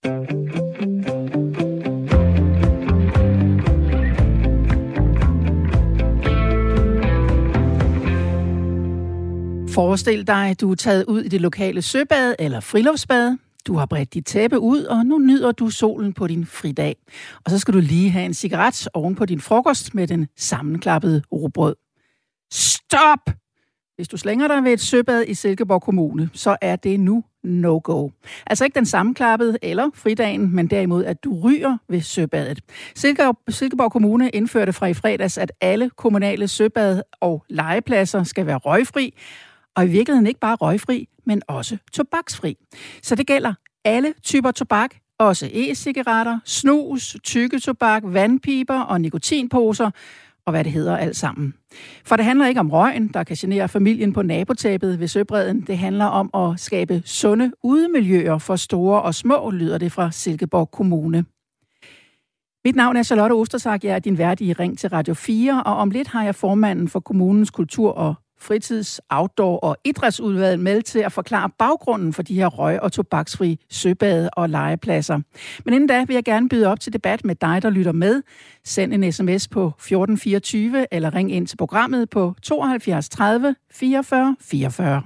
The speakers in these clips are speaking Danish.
Forestil dig, at du er taget ud i det lokale søbad eller friluftsbad. Du har bredt dit tæppe ud, og nu nyder du solen på din fridag. Og så skal du lige have en cigaret oven på din frokost med den sammenklappede rugbrød. Stop! Hvis du slænger dig ved et søbad i Silkeborg Kommune, så er det nu no-go. Altså ikke den sammenklappede eller fridagen, men derimod, at du ryger ved søbadet. Silkeborg Kommune indførte fra i fredags, at alle kommunale søbad og legepladser skal være røgfri, og i virkeligheden ikke bare røgfri, men også tobaksfri. Så det gælder alle typer tobak, også e-cigaretter, snus, tykketobak, vandpiber og nikotinposer, og hvad det hedder alt sammen. For det handler ikke om røgen, der kan genere familien på nabotabet ved Søbredden. Det handler om at skabe sunde udemiljøer for store og små, lyder det fra Silkeborg Kommune. Mit navn er Charlotte Ostersak, jeg er din vært i Ring til Radio 4, og om lidt har jeg formanden for kommunens kultur- og fritids-, outdoor- og idrætsudvalg med til at forklare baggrunden for de her røg- og tobaksfri søbade og legepladser. Men inden da vil jeg gerne byde op til debat med dig, der lytter med. Send en sms på 1424 eller ring ind til programmet på 72 30 44 44.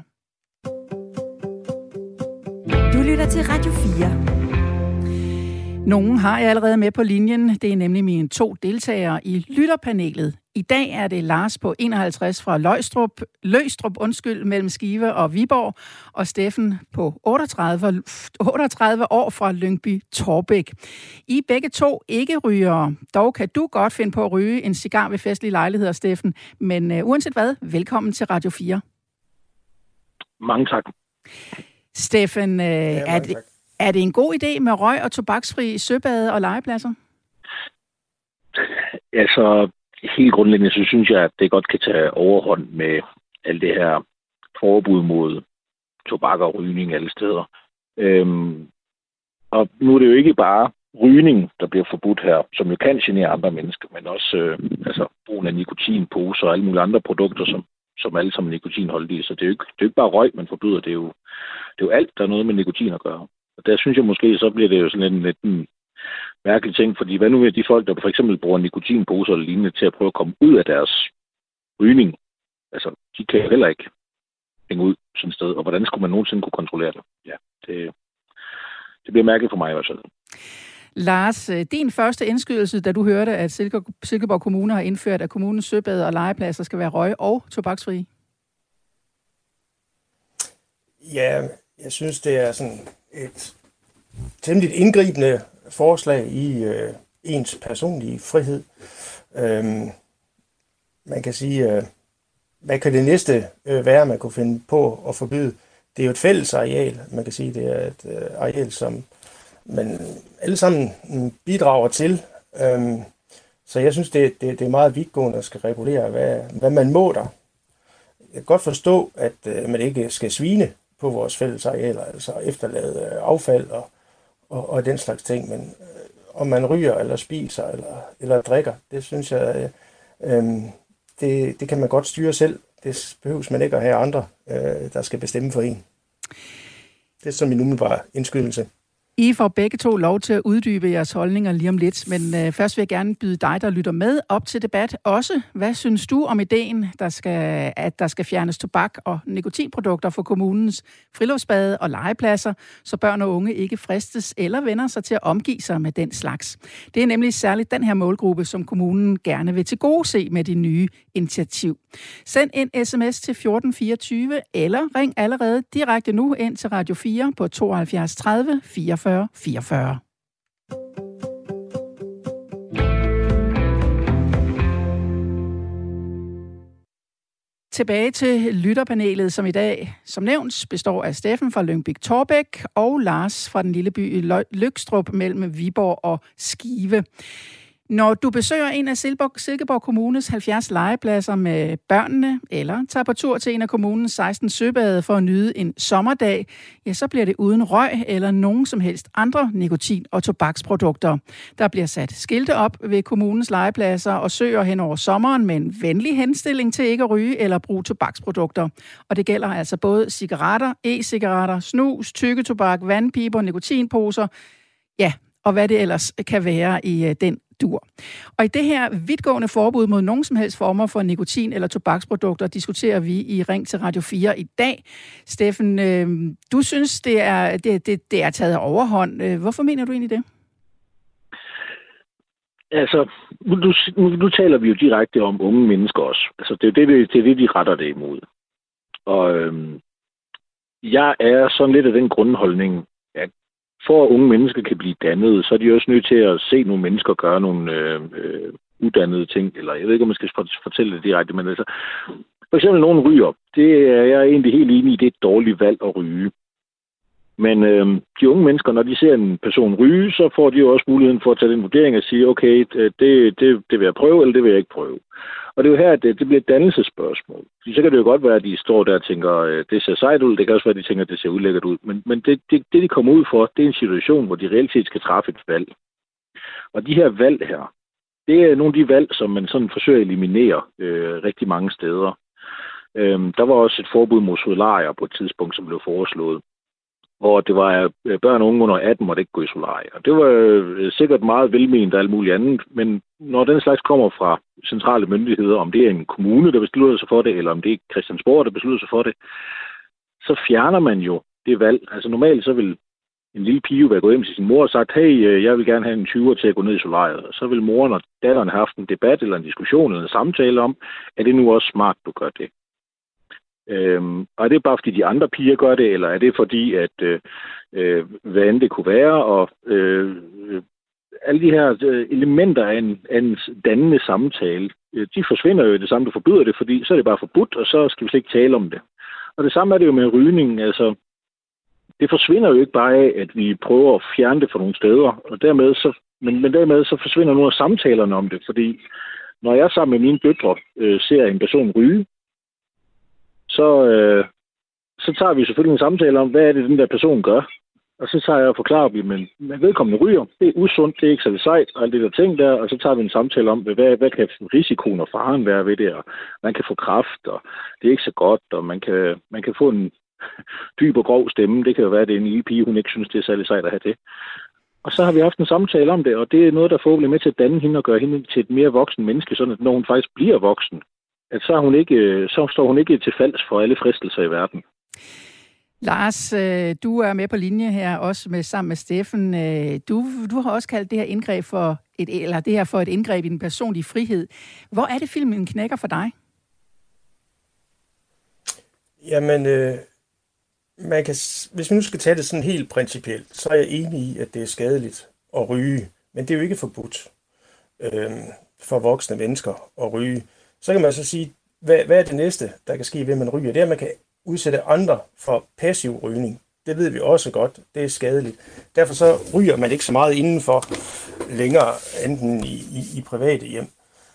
Du lytter til Radio 4. Nogen har jeg allerede med på linjen. Det er nemlig mine 2 deltagere i lytterpanelet. I dag er det Lars på 51 fra Løgstrup, mellem Skive og Viborg, og Steffen på 38 år fra Lyngby-Taarbæk. I er begge 2 ikke rygere. Dog kan du godt finde på at ryge en cigar ved festlige lejligheder, Steffen. Men uanset hvad, velkommen til Radio 4. Mange tak. Steffen, er det en god idé med røg- og tobaksfri søbade og legepladser? Altså, helt grundlæggende, så synes jeg, at det godt kan tage overhånd med alt det her forbud mod tobak og rygning alle steder. Og nu er det jo ikke bare rygning, der bliver forbudt her, som jo kan genere andre mennesker, men også brugen af nikotinposer og alle mulige andre produkter, som alle sammen er nikotinholdige. Så det er jo ikke bare røg, man forbyder. Det er jo alt, der er noget med nikotin at gøre. Og der synes jeg måske, så bliver det jo sådan en lidt mærkelig ting, fordi hvad nu med de folk, der for eksempel bruger nikotinposer eller lignende til at prøve at komme ud af deres rygning? Altså, de kan heller ikke hænge ud sådan et sted, og hvordan skulle man nogensinde kunne kontrollere det? Ja, det bliver mærkeligt for mig i hvert fald. Lars, din første indskydelse, da du hørte, at Silkeborg Kommune har indført, at kommunens søbade og legepladser skal være røg- og tobaksfri? Ja, jeg synes, det er sådan et temmelig indgribende forslag i ens personlige frihed. Man kan sige, hvad kan det næste være, man kunne finde på at forbyde? Det er jo et fælles areal. Man kan sige, det er et areal, som man alle sammen bidrager til. Så jeg synes, det er meget vidtgående at skal regulere, hvad man må der. Jeg kan godt forstå, at man ikke skal svine på vores fælles arealer, altså efterlade affald og den slags ting, men om man ryger eller spiser eller drikker, det synes jeg, det kan man godt styre selv. Det behøves man ikke at have andre, der skal bestemme for en. Det er som min umiddelbare indskydelse. I får begge 2 lov til at uddybe jeres holdninger lige om lidt, men først vil jeg gerne byde dig, der lytter med, op til debat. Også, hvad synes du om ideen, at der skal fjernes tobak og nikotinprodukter for kommunens friluftsbade og legepladser, så børn og unge ikke fristes eller vender sig til at omgive sig med den slags. Det er nemlig særligt den her målgruppe, som kommunen gerne vil tilgodese med det nye initiativ. Send en sms til 1424 eller ring allerede direkte nu ind til Radio 4 på 72 30 44 44. Tilbage til lytterpanelet, som i dag, som nævnt, består af Steffen fra Lyngby-Taarbæk og Lars fra den lille by Løgstrup mellem Viborg og Skive. Når du besøger en af Silkeborg Kommunes 70 legepladser med børnene, eller tager på tur til en af kommunens 16 søbade for at nyde en sommerdag, ja, så bliver det uden røg eller nogen som helst andre nikotin- og tobaksprodukter. Der bliver sat skilte op ved kommunens legepladser og søer hen over sommeren med en venlig henstilling til ikke at ryge eller bruge tobaksprodukter. Og det gælder altså både cigaretter, e-cigaretter, snus, tykketobak, vandpiber, nikotinposer. Ja, og hvad det ellers kan være i den dur. Og i det her vidtgående forbud mod nogen som helst former for nikotin- eller tobaksprodukter, diskuterer vi i Ring til Radio 4 i dag. Steffen, du synes, det er taget overhånd. Hvorfor mener du egentlig det? Altså, nu taler vi jo direkte om unge mennesker også. Altså, det er det, de retter det imod. Og jeg er sådan lidt af den grundholdning, at for at unge mennesker kan blive dannede, så er de også nødt til at se nogle mennesker gøre nogle uddannede ting. Eller jeg ved ikke, om man skal fortælle det direkte, men altså, for eksempel nogen ryger. Det er jeg egentlig helt enig i, det er et dårligt valg at ryge. Men de unge mennesker, når de ser en person ryge, så får de jo også muligheden for at tage den vurdering og sige, okay, det vil jeg prøve, eller det vil jeg ikke prøve. Og det er jo her, at det bliver et dannelsesspørgsmål. Så kan det jo godt være, at de står der og tænker, det ser sejt ud, det kan også være, at de tænker, at det ser ulækkert ud. Men det, de kommer ud for, det er en situation, hvor de reelt set skal træffe et valg. Og de her valg her, det er nogle af de valg, som man sådan forsøger at eliminere rigtig mange steder. Der var også et forbud mod solarier på et tidspunkt, som blev foreslået, hvor det var børn og unge under 18 måtte ikke gå i solarier. Og det var sikkert meget velment og alt muligt andet, men når den slags kommer fra centrale myndigheder, om det er en kommune, der beslutter sig for det, eller om det er Christiansborg, der beslutter sig for det, så fjerner man jo det valg. Altså normalt så vil en lille pige være gået hjem til sin mor og sagt, hey, jeg vil gerne have en 20'er til at gå ned i solariet. Og så vil moren og datteren have haft en debat eller en diskussion eller en samtale om, er det nu også smart, du gør det? Og er det bare fordi de andre piger gør det, eller er det fordi, at hvad end det kunne være, og alle de her elementer af en dannende samtale, de forsvinder jo i det samme, du forbyder det, fordi så er det bare forbudt, og så skal vi slet ikke tale om det. Og det samme er det jo med rygning, altså det forsvinder jo ikke bare af, at vi prøver at fjerne det fra nogle steder, og dermed så forsvinder nogle af samtalerne om det, fordi når jeg sammen med mine døtre ser en person ryge, så tager vi selvfølgelig en samtale om, hvad er det, den der person gør. Og så tager jeg og forklarer dem, men vedkommende ryger, det er usundt, det er ikke så sejt, og alt det der ting der, og så tager vi en samtale om, hvad kan risikoen og faren være ved det, og man kan få kræft, og det er ikke så godt, og man kan få en dyb og grov stemme. Det kan jo være, at det er en lille pige, hun ikke synes, det er særlig sejt at have det. Og så har vi haft en samtale om det, og det er noget, der forhåbentlig er med til at danne hende og gøre hende til et mere voksen menneske, sådan at når hun faktisk bliver voksen, at så står hun ikke til falds for alle fristelser i verden. Lars, du er med på linje her, også sammen med Steffen. Du har også kaldt det her indgreb for et indgreb i den personlige frihed. Hvor er det, filmen knækker for dig? Jamen, hvis vi nu skal tage det sådan helt principielt, så er jeg enig i, at det er skadeligt at ryge. Men det er jo ikke forbudt for voksne mennesker at ryge. Så kan man så sige, hvad er det næste, der kan ske ved, at man ryger? Det er, at man kan udsætte andre for passiv rygning. Det ved vi også godt. Det er skadeligt. Derfor så ryger man ikke så meget indenfor længere, enten i private hjem.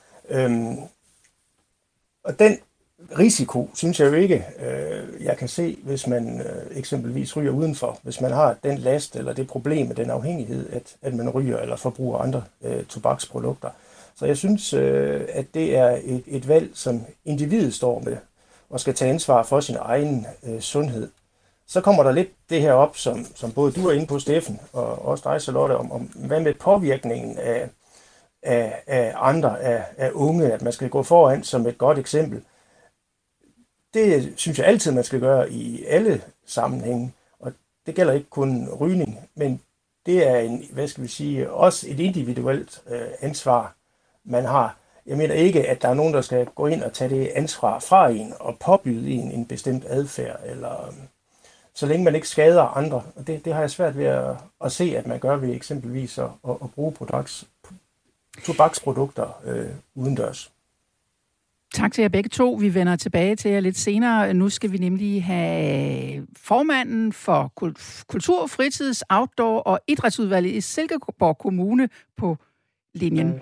Og den risiko, synes jeg jo ikke, jeg kan se, hvis man eksempelvis ryger udenfor. Hvis man har den last eller det problem med den afhængighed, at man ryger eller forbruger andre tobaksprodukter. Så jeg synes, at det er et valg, som individet står med og skal tage ansvar for sin egen sundhed. Så kommer der lidt det her op, som både du er inde på, Steffen, og også dig, Charlotte, om hvad med påvirkningen af andre, af unge, at man skal gå foran som et godt eksempel. Det synes jeg altid, man skal gøre i alle sammenhænge, og det gælder ikke kun rygning, men det er også et individuelt ansvar, man har. Jeg mener ikke, at der er nogen, der skal gå ind og tage det ansvar fra en og påbyde en bestemt adfærd, eller så længe man ikke skader andre. Og det har jeg svært ved at se, at man gør ved eksempelvis at bruge tobaksprodukter udendørs. Tak til jer begge to. Vi vender tilbage til jer lidt senere. Nu skal vi nemlig have formanden for Kultur-, Fritids-, Outdoor- og Idrætsudvalget i Silkeborg Kommune på linjen.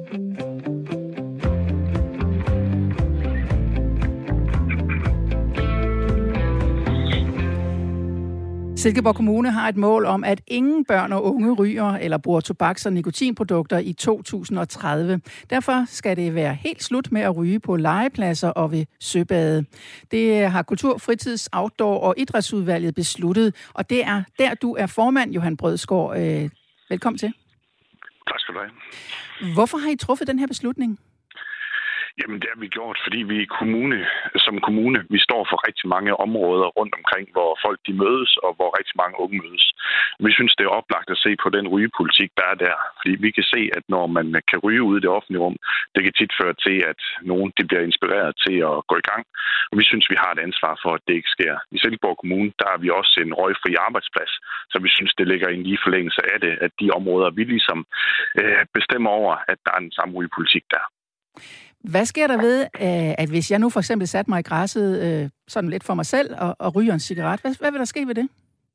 Silkeborg Kommune har et mål om, at ingen børn og unge ryger eller bruger tobaks- og nikotinprodukter i 2030. Derfor skal det være helt slut med at ryge på legepladser og ved søbade. Det har Kultur-, Fritids-, Outdoor- og Idrætsudvalget besluttet, og det er der, du er formand, Johan Brødsgaard. Velkommen til. Tak skal du have. Hvorfor har I truffet den her beslutning? Jamen, det har vi gjort, fordi vi som kommune, vi står for rigtig mange områder rundt omkring, hvor folk de mødes, og hvor rigtig mange unge mødes. Vi synes, det er oplagt at se på den rygepolitik, der er der. Fordi vi kan se, at når man kan ryge ude i det offentlige rum, det kan tit føre til, at nogen de bliver inspireret til at gå i gang. Og vi synes, vi har et ansvar for, at det ikke sker. I Silkeborg Kommune, der er vi også en røgfri arbejdsplads, så vi synes, det ligger i en lige forlængelse af det, at de områder, vi ligesom bestemmer over, at der er en samme rygepolitik der. Hvad sker der ved, at hvis jeg nu for eksempel satte mig i græsset sådan lidt for mig selv og ryger en cigaret, hvad vil der ske ved det?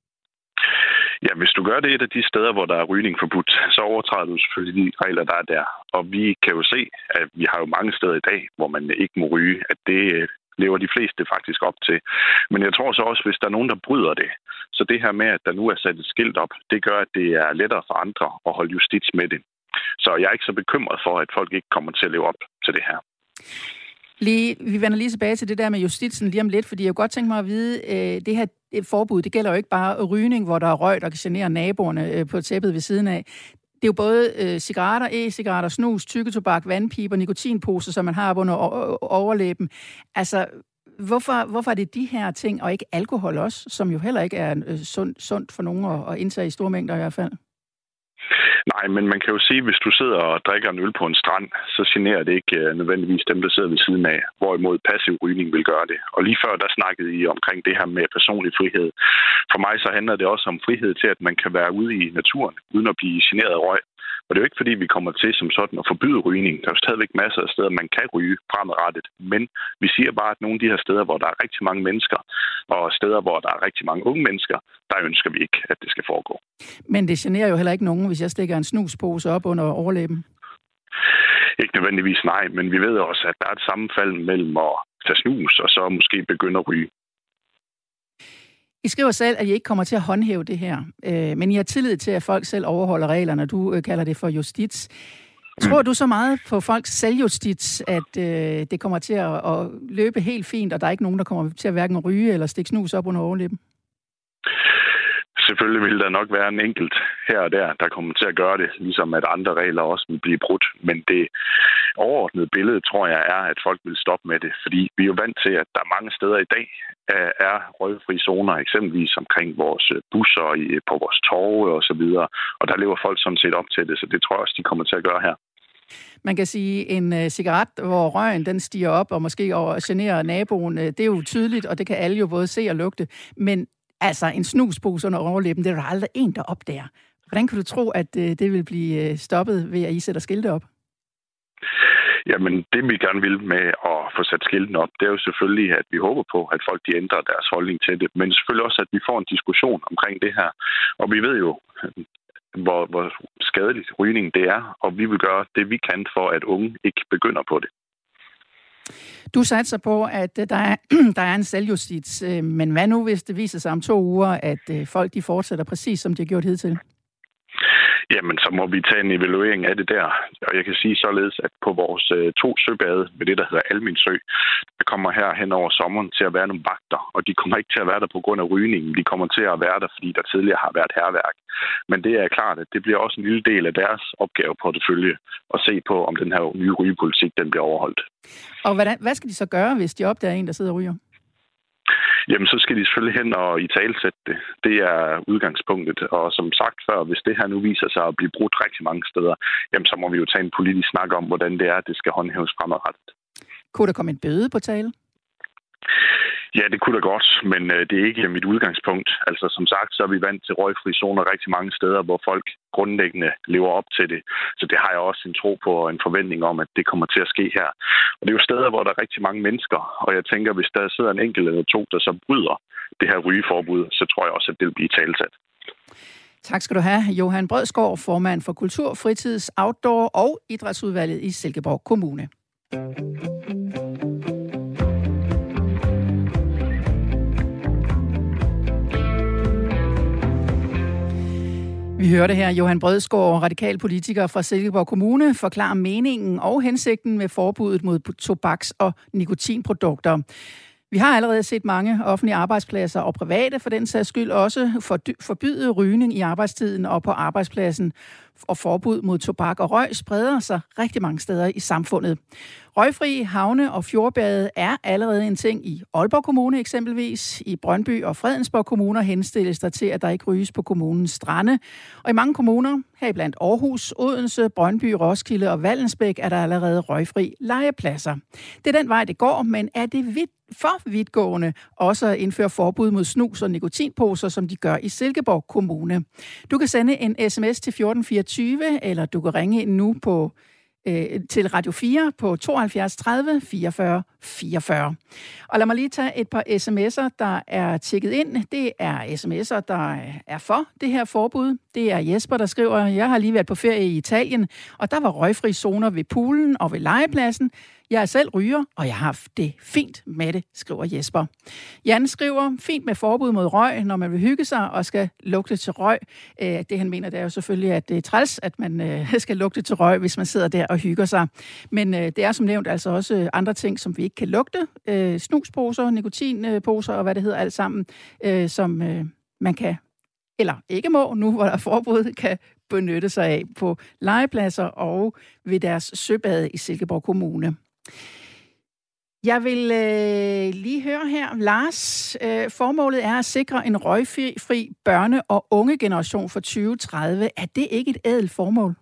Ja, hvis du gør det et af de steder, hvor der er rygning forbudt, så overtræder du selvfølgelig de regler, der er der. Og vi kan jo se, at vi har jo mange steder i dag, hvor man ikke må ryge, at det lever de fleste faktisk op til. Men jeg tror så også, hvis der er nogen, der bryder det, så det her med, at der nu er sat et skilt op, det gør, at det er lettere for andre at holde justits med det. Så jeg er ikke så bekymret for, at folk ikke kommer til at leve op til det her. Vi vender lige tilbage til det der med justitsen lige om lidt, fordi jeg kunne godt tænke mig at vide, det her forbud, det gælder jo ikke bare rygning, hvor der er røg, der kan genere naboerne på tæppet ved siden af. Det er jo både cigaretter, e-cigaretter, snus, tykketobak, vandpiber, nikotinposer, som man har op under overlæben. Altså, hvorfor er det de her ting, og ikke alkohol også, som jo heller ikke er sundt for nogen at indtage i store mængder i hvert fald? Nej, men man kan jo sige, at hvis du sidder og drikker en øl på en strand, så generer det ikke nødvendigvis dem, der sidder ved siden af, hvorimod passiv rygning vil gøre det. Og lige før, der snakkede I omkring det her med personlig frihed. For mig så handler det også om frihed til, at man kan være ude i naturen, uden at blive generet af røg. Og det er jo ikke, fordi vi kommer til som sådan at forbyde rygning. Der er jo stadigvæk masser af steder, man kan ryge fremadrettet. Men vi siger bare, at nogle af de her steder, hvor der er rigtig mange mennesker, og steder, hvor der er rigtig mange unge mennesker, der ønsker vi ikke, at det skal foregå. Men det generer jo heller ikke nogen, hvis jeg stikker en snuspose op under overlæben. Ikke nødvendigvis nej, men vi ved også, at der er et sammenfald mellem at tage snus, og så måske begynde at ryge. I skriver selv, at I ikke kommer til at håndhæve det her, men I har tillid til, at folk selv overholder reglerne. Du kalder det for justits. Tror du så meget på folks selvjustits, at det kommer til at løbe helt fint, og der er ikke nogen, der kommer til at hverken ryge eller stikke snus op under overlæben? Selvfølgelig vil der nok være en enkelt her og der kommer til at gøre det, ligesom at andre regler også vil blive brudt. Men det overordnede billede, tror jeg, er, at folk vil stoppe med det. Fordi vi er jo vant til, at der er mange steder i dag, er røgfri zoner, eksempelvis omkring vores busser, på vores torve og så videre. Og der lever folk sådan set op til det, så det tror jeg også, de kommer til at gøre her. Man kan sige, en cigaret, hvor røgen den stiger op og måske generer naboen, det er jo tydeligt, og det kan alle jo både se og lugte. Men altså, en snuspose under overlæben, det er der aldrig en, der opdager. Hvordan kan du tro, at det vil blive stoppet ved, at I sætter skilte op? Jamen, det vi gerne vil med at få sat skilten op, det er jo selvfølgelig, at vi håber på, at folk de ændrer deres holdning til det. Men selvfølgelig også, at vi får en diskussion omkring det her. Og vi ved jo, hvor skadeligt rygning det er, og vi vil gøre det, vi kan for, at unge ikke begynder på det. Du satser på, at der er en selvjustits, men hvad nu, hvis det viser sig om 2 uger, at folk de fortsætter præcis, som de har gjort hidtil? Jamen, så må vi tage en evaluering af det der. Og jeg kan sige således, at på vores 2 søbade med det, der hedder Almin Sø, der kommer her hen over sommeren til at være nogle vagter, og de kommer ikke til at være der på grund af rygningen. De kommer til at være der, fordi der tidligere har været hærværk. Men det er klart, at det bliver også en lille del af deres opgave på det følge at se på, om den her nye rygepolitik den bliver overholdt. Og hvad skal de så gøre, hvis de opdager en, der sidder og ryger? Jamen, så skal de selvfølgelig hen og italesætte det. Det er udgangspunktet. Og som sagt før, hvis det her nu viser sig at blive brudt rigtig mange steder, jamen, så må vi jo tage en politisk snak om, hvordan det er, at det skal håndhæves fremadrettet. Kunne der komme en bøde på tale? Ja, det kunne da godt, men det er ikke mit udgangspunkt. Altså, som sagt, så er vi vant til røgfri zoner rigtig mange steder, hvor folk grundlæggende lever op til det. Så det har jeg også en tro på og en forventning om, at det kommer til at ske her. Og det er jo steder, hvor der er rigtig mange mennesker, og jeg tænker, hvis der sidder en enkelt eller 2, der så bryder det her rygeforbud, så tror jeg også, at det vil blive talsat. Tak skal du have, Johan Brødsgaard, formand for Kultur, Fritids, Outdoor og Idrætsudvalget i Silkeborg Kommune. Vi hørte her Johan Brødsgaard, radikal politiker fra Silkeborg Kommune, forklare meningen og hensigten med forbuddet mod tobaks- og nikotinprodukter. Vi har allerede set mange offentlige arbejdspladser og private for den sags skyld også forbyde rygning i arbejdstiden og på arbejdspladsen, og forbud mod tobak og røg spreder sig rigtig mange steder i samfundet. Røgfri havne og fjordbade er allerede en ting i Aalborg Kommune eksempelvis. I Brøndby og Fredensborg kommuner henstilles der til, at der ikke ryges på kommunens strande. Og i mange kommuner, heriblandt Aarhus, Odense, Brøndby, Roskilde og Vallensbæk, er der allerede røgfri legepladser. Det er den vej, det går, men er det for vidtgående også at indføre forbud mod snus og nikotinposer, som de gør i Silkeborg Kommune? Du kan sende en sms til 1424, eller du kan ringe ind nu til Radio 4 på 72 30 44 44. Og lad mig lige tage et par sms'er, der er tjekket ind. Det er sms'er, der er for det her forbud. Det er Jesper, der skriver, jeg har lige været på ferie i Italien, og der var røgfri zoner ved poolen og ved legepladsen. Jeg er selv ryger, og jeg har haft det fint med det, skriver Jesper. Jan skriver, fint med forbud mod røg, når man vil hygge sig og skal lugte til røg. Det han mener, det er jo selvfølgelig, at det er træls, at man skal lugte til røg, hvis man sidder der og hygger sig. Men det er som nævnt altså også andre ting, som vi ikke kan lugte. Snusposer, nikotinposer og hvad det hedder alt sammen, som man kan, eller ikke må, nu hvor der er forbud, kan benytte sig af på legepladser og ved deres søbade i Silkeborg Kommune. Jeg vil lige høre her, Lars, formålet er at sikre en røgfri børne- og unge generation for 2030. Er det ikke et ædelt formål?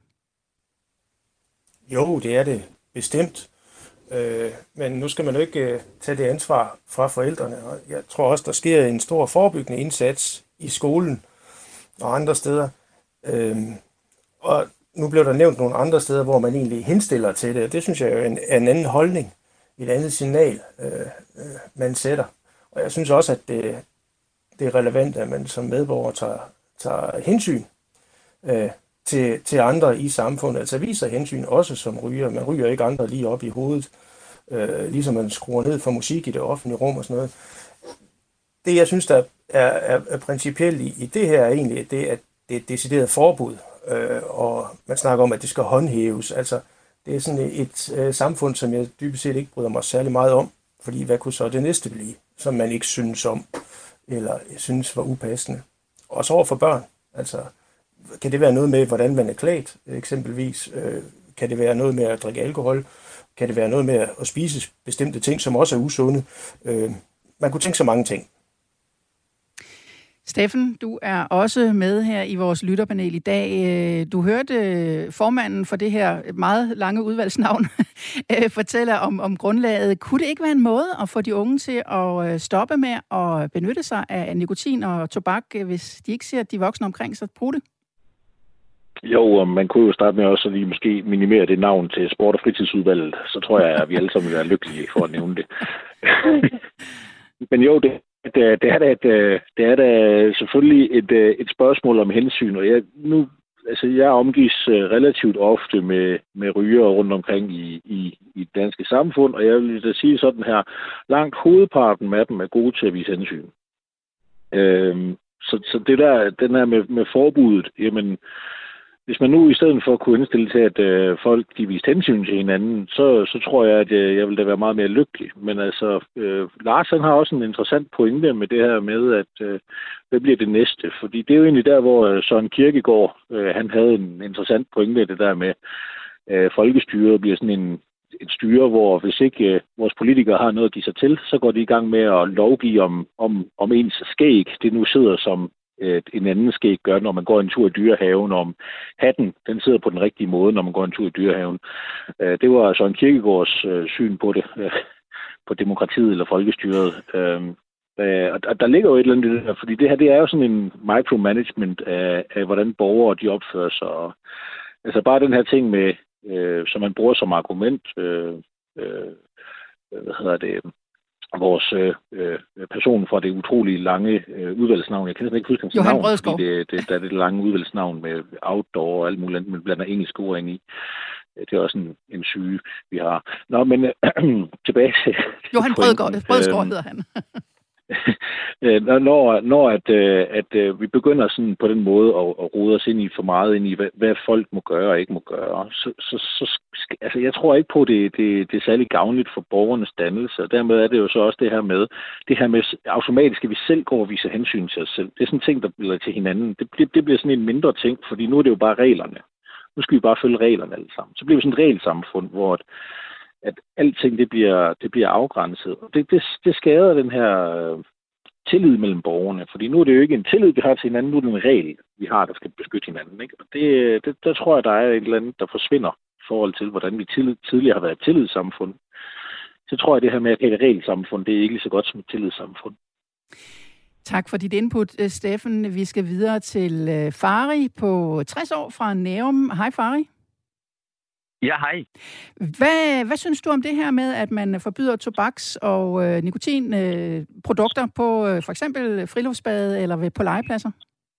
Jo, det er det bestemt. Men nu skal man jo ikke tage det ansvar fra forældrene. Og jeg tror også, der sker en stor forebyggende indsats i skolen og andre steder. Og nu blev der nævnt nogle andre steder, hvor man egentlig henstiller til det. Det synes jeg er en anden holdning, et andet signal, man sætter. Og jeg synes også, at det er relevant, at man som medborger tager hensyn til andre i samfundet. Altså viser hensyn også som ryger. Man ryger ikke andre lige op i hovedet, ligesom man skruer ned for musik i det offentlige rum og sådan noget. Det, jeg synes, der er principielt i det her, er egentlig det, at det er et decideret forbud. Og man snakker om, at det skal håndhæves. Altså, det er sådan et samfund, som jeg dybest set ikke bryder mig særlig meget om. Fordi hvad kunne så det næste blive, som man ikke synes om, eller synes var upassende? Også over for børn. Altså, kan det være noget med, hvordan man er klædt, eksempelvis? Kan det være noget med at drikke alkohol? Kan det være noget med at spise bestemte ting, som også er usunde? Man kunne tænke så mange ting. Steffen, du er også med her i vores lytterpanel i dag. Du hørte formanden for det her meget lange udvalgsnavn fortælle om grundlaget. Kunne det ikke være en måde at få de unge til at stoppe med at benytte sig af nikotin og tobak, hvis de ikke ser, at de voksne omkring sig bruger det? Jo, og man kunne jo starte med også at lige måske minimere det navn til Sport- og Fritidsudvalget. Så tror jeg, at vi alle sammen vil være lykkelige for at nævne det. Men jo, det er da selvfølgelig et spørgsmål om hensyn, og jeg omgives relativt ofte med rygere rundt omkring i det danske samfund, og jeg vil da sige sådan her, langt hovedparten af dem er gode til at vise hensyn. Så det der, den her med forbuddet, jamen, hvis man nu i stedet for kunne indstille til, at folk de viste hensyn til hinanden, så tror jeg, at jeg vil da være meget mere lykkelig. Men altså, Lars han har også en interessant pointe med det her med, at hvad bliver det næste? Fordi det er jo egentlig der, hvor Søren Kierkegaard, han havde en interessant pointe, det der med, folkestyret bliver sådan et styre, hvor hvis ikke vores politikere har noget at give sig til, så går de i gang med at lovgive om ens skæg. Det nu sidder som en anden skæg gør, når man går en tur i dyrehaven, om hatten, den sidder på den rigtige måde, når man går en tur i dyrehaven. Det var Søren Kierkegaards syn på det, på demokratiet eller folkestyret. Og der ligger jo et eller andet der, fordi det her, det er jo sådan en micromanagement af hvordan borgere de opfører sig. Og, altså bare den her ting med, som man bruger som argument, vores person fra det utrolig lange udvalgsnavn. Jeg kan ikke huske hans navn, fordi der er det lange udvalgsnavn med outdoor og alt muligt andet, man blander engelske ord ind i. Det er også en syge, vi har. Nå, men tilbage til... Johan Brødsgaard hedder han. vi begynder sådan på den måde at rode os ind i for meget ind i, hvad folk må gøre og ikke må gøre, altså jeg tror ikke på, det er særlig gavnligt for borgernes dannelse, og dermed er det jo så også det her med automatisk, at vi selv går og viser hensyn til os selv. Det er sådan en ting, der bliver til hinanden. Det bliver sådan en mindre ting, fordi nu er det jo bare reglerne. Nu skal vi bare følge reglerne alle sammen. Så bliver vi sådan et regelsamfund, hvor at alting det bliver afgrænset. Og det skader den her tillid mellem borgerne, fordi nu er det jo ikke en tillid, vi har til hinanden, nu er det en regel, vi har, der skal beskytte hinanden. Ikke? Og der tror jeg, der er et eller andet, der forsvinder i forhold til, hvordan vi tidligere har været et tillidssamfund. Så tror jeg, det her med at have et regelsamfund, det er ikke lige så godt som et tillidssamfund. Tak for dit input, Steffen. Vi skal videre til Fari på 60 år fra Nærum. Hej, Fari. Ja, hej. Hvad synes du om det her med, at man forbyder tobaks- og nikotinprodukter på for eksempel friluftsbade eller på legepladser?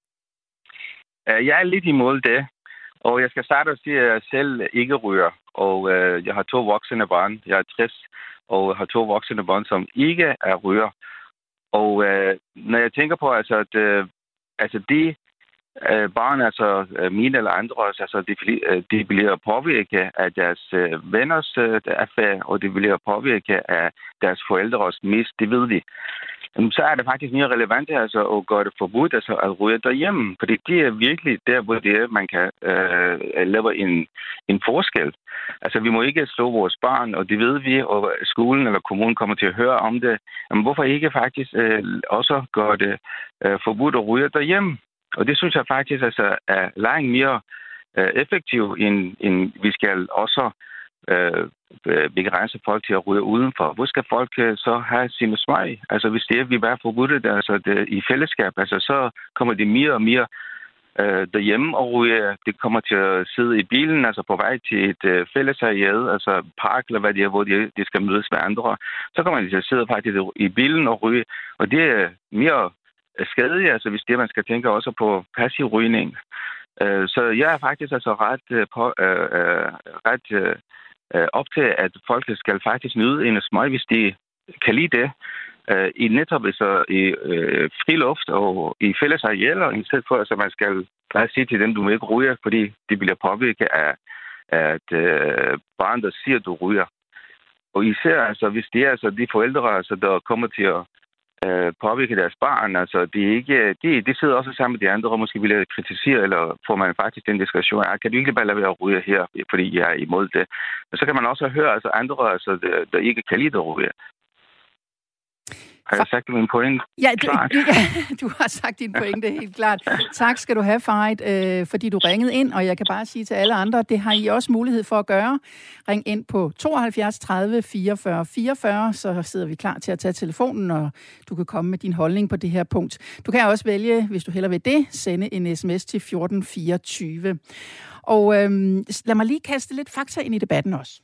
Jeg er lidt imod det, og jeg skal starte at sige, at jeg selv ikke ryger, og jeg har 2 voksne børn. Jeg er 60, og har 2 voksne børn, som ikke er ryger. Og når jeg tænker på, at de barn, altså mine eller andres, altså de bliver påvirket af deres venners adfærd, og de bliver påvirket af deres forældres mist, det ved vi. Så er det faktisk mere relevant altså, at gøre det forbudt, altså at ryge derhjemme, fordi det er virkelig der, hvor det er, man kan lave en forskel. Altså, vi må ikke slå vores børn, og det ved vi, og skolen eller kommunen kommer til at høre om det. Men hvorfor ikke faktisk også gøre det forbudt at ryge derhjemme? Og det synes jeg faktisk altså, er langt mere effektivt, end vi skal også begrænse folk til at ryge udenfor. Hvor skal folk så have sine smag? Altså hvis det er, vi bare forbudt det, altså det, i fællesskab, altså så kommer de mere og mere derhjemme og ryge. Det kommer til at sidde i bilen, altså på vej til et fællesareal, altså park eller hvad det er, hvor de skal mødes med andre. Så kommer de til at sidde faktisk i bilen og ryge. Og det er mere skadeligt, altså hvis det man skal tænke også på passiv rygning. Så jeg er faktisk altså ret op til, at folk skal faktisk nyde en smøg, hvis de kan lide det. I netop altså, i friluft og i fælles arealer, i stedet for, at man skal bare sige til dem, du må ikke ryge, fordi de bliver påvirket af at barn, der siger, at du ryger. Og især altså, hvis det er altså, de forældre, altså, der kommer til at påvirke deres barn, altså de sidder også sammen med de andre, og måske vil kritisere, eller får man faktisk den diskussion, kan du ikke bare lade være at ryge her, fordi jeg er imod det. Men så kan man også høre altså, andre, altså, der ikke kan lide at ryge. Har jeg sagt min pointe? Ja, du har sagt din pointe helt klart. Tak skal du have, Farid, fordi du ringede ind, og jeg kan bare sige til alle andre, det har I også mulighed for at gøre. Ring ind på 72 30 44 44, så sidder vi klar til at tage telefonen, og du kan komme med din holdning på det her punkt. Du kan også vælge, hvis du hellere vil det, sende en sms til 1424. Og lad mig lige kaste lidt fakta ind i debatten også.